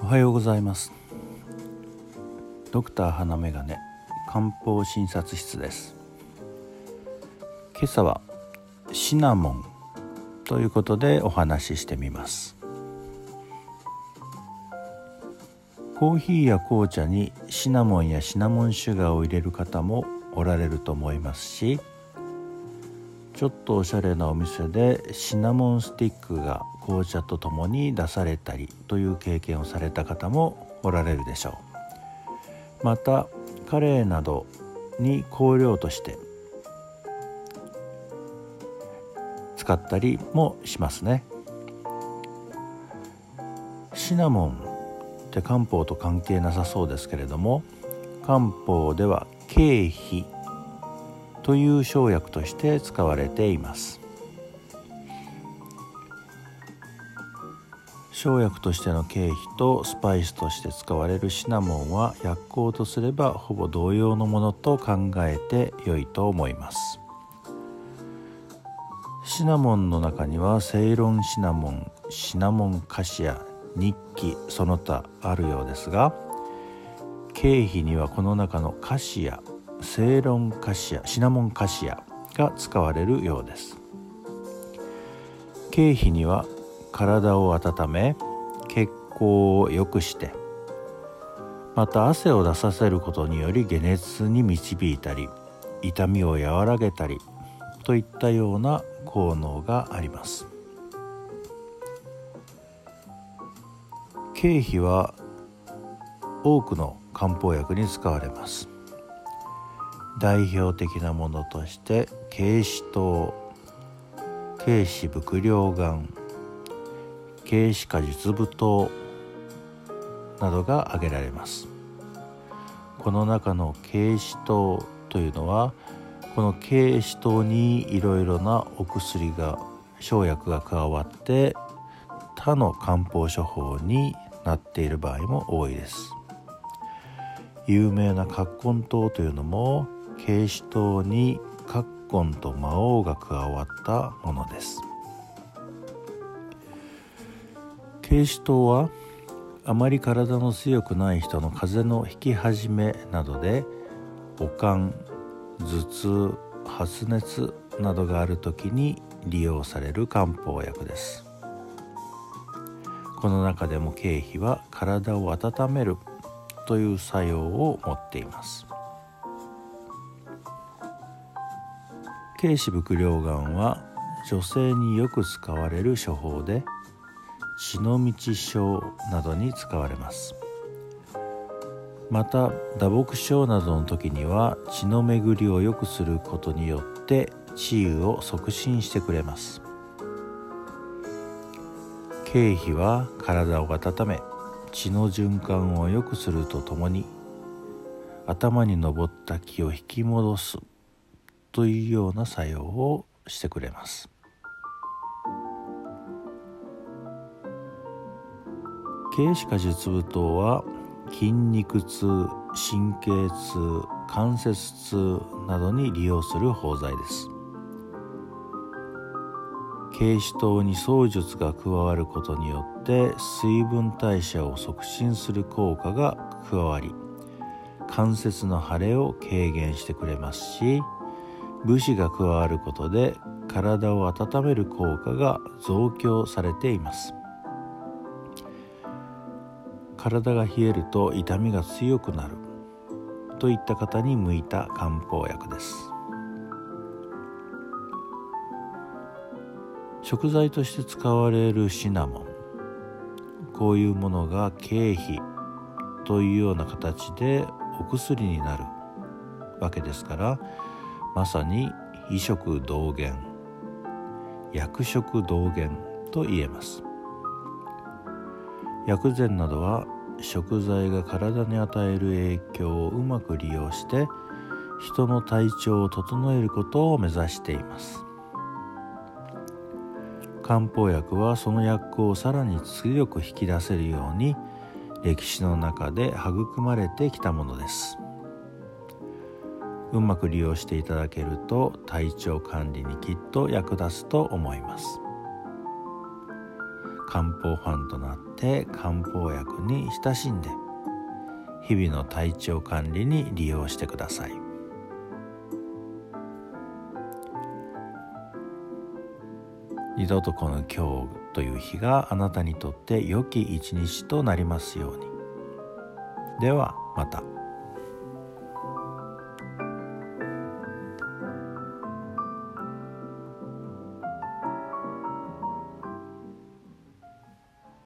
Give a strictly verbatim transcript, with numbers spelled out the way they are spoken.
はようございます。ドクター花眼鏡漢方診察室です。今朝はシナモンということでお話ししてみます。コーヒーや紅茶にシナモンやシナモンシュガーを入れる方もおられると思いますし、ちょっとおしゃれなお店でシナモンスティックが紅茶とともに出されたりという経験をされた方もおられるでしょう。またカレーなどに香料として使ったりもしますね。シナモンって漢方と関係なさそうですけれども、漢方では桂皮という生薬として使われています。生薬としての桂皮とスパイスとして使われるシナモンは薬効とすればほぼ同様のものと考えて良いと思います。シナモンの中にはセイロンシナモン、シナモンカシア、ニッキその他あるようですが、桂皮にはこの中のカシア、セイロンカシア、シナモンカシアが使われるようです。桂皮には体を温め血行を良くして、また汗を出させることにより解熱に導いたり痛みを和らげたりといったような効能があります。桂皮は多くの漢方薬に使われます。代表的なものとして桂枝湯、桂枝伏量丸、桂枝果実舞湯などが挙げられます。この中の桂枝湯というのは、この桂枝湯にいろいろなお薬が生薬が加わって他の漢方処方になっている場合も多いです。有名な葛根湯というのも桂枝湯に葛根と魔王が加わったものです。桂枝湯はあまり体の強くない人の風邪のひき始めなどで悪寒、頭痛、発熱などがあるときに利用される漢方薬です。この中でも桂皮は体を温めるという作用を持っています。桂枝伏量丸は女性によく使われる処方で、血の道症などに使われます。また打撲症などの時には血の巡りを良くすることによって治癒を促進してくれます。桂皮は体を温め血の循環を良くするとともに、頭に上った気を引き戻すというような作用をしてくれます。桂枝果実舞湯は筋肉痛、神経痛、関節痛などに利用する包材です。桂枝湯に槍術が加わることによって水分代謝を促進する効果が加わり、関節の腫れを軽減してくれますし、武士が加わることで体を温める効果が増強されています。体が冷えると痛みが強くなるといった方に向いた漢方薬です。食材として使われるシナモン、こういうものが桂皮というような形でお薬になるわけですから、まさに医食同源、薬食同源と言えます。薬膳などは食材が体に与える影響をうまく利用して人の体調を整えることを目指しています。漢方薬はその薬効をさらに強く引き出せるように歴史の中で育まれてきたものです。うまく利用していただけると体調管理にきっと役立つと思います。 漢方ファンとなって漢方薬に親しんで日々の体調管理に利用してください。二度とこの今日という日があなたにとって良き一日となりますように。ではまた。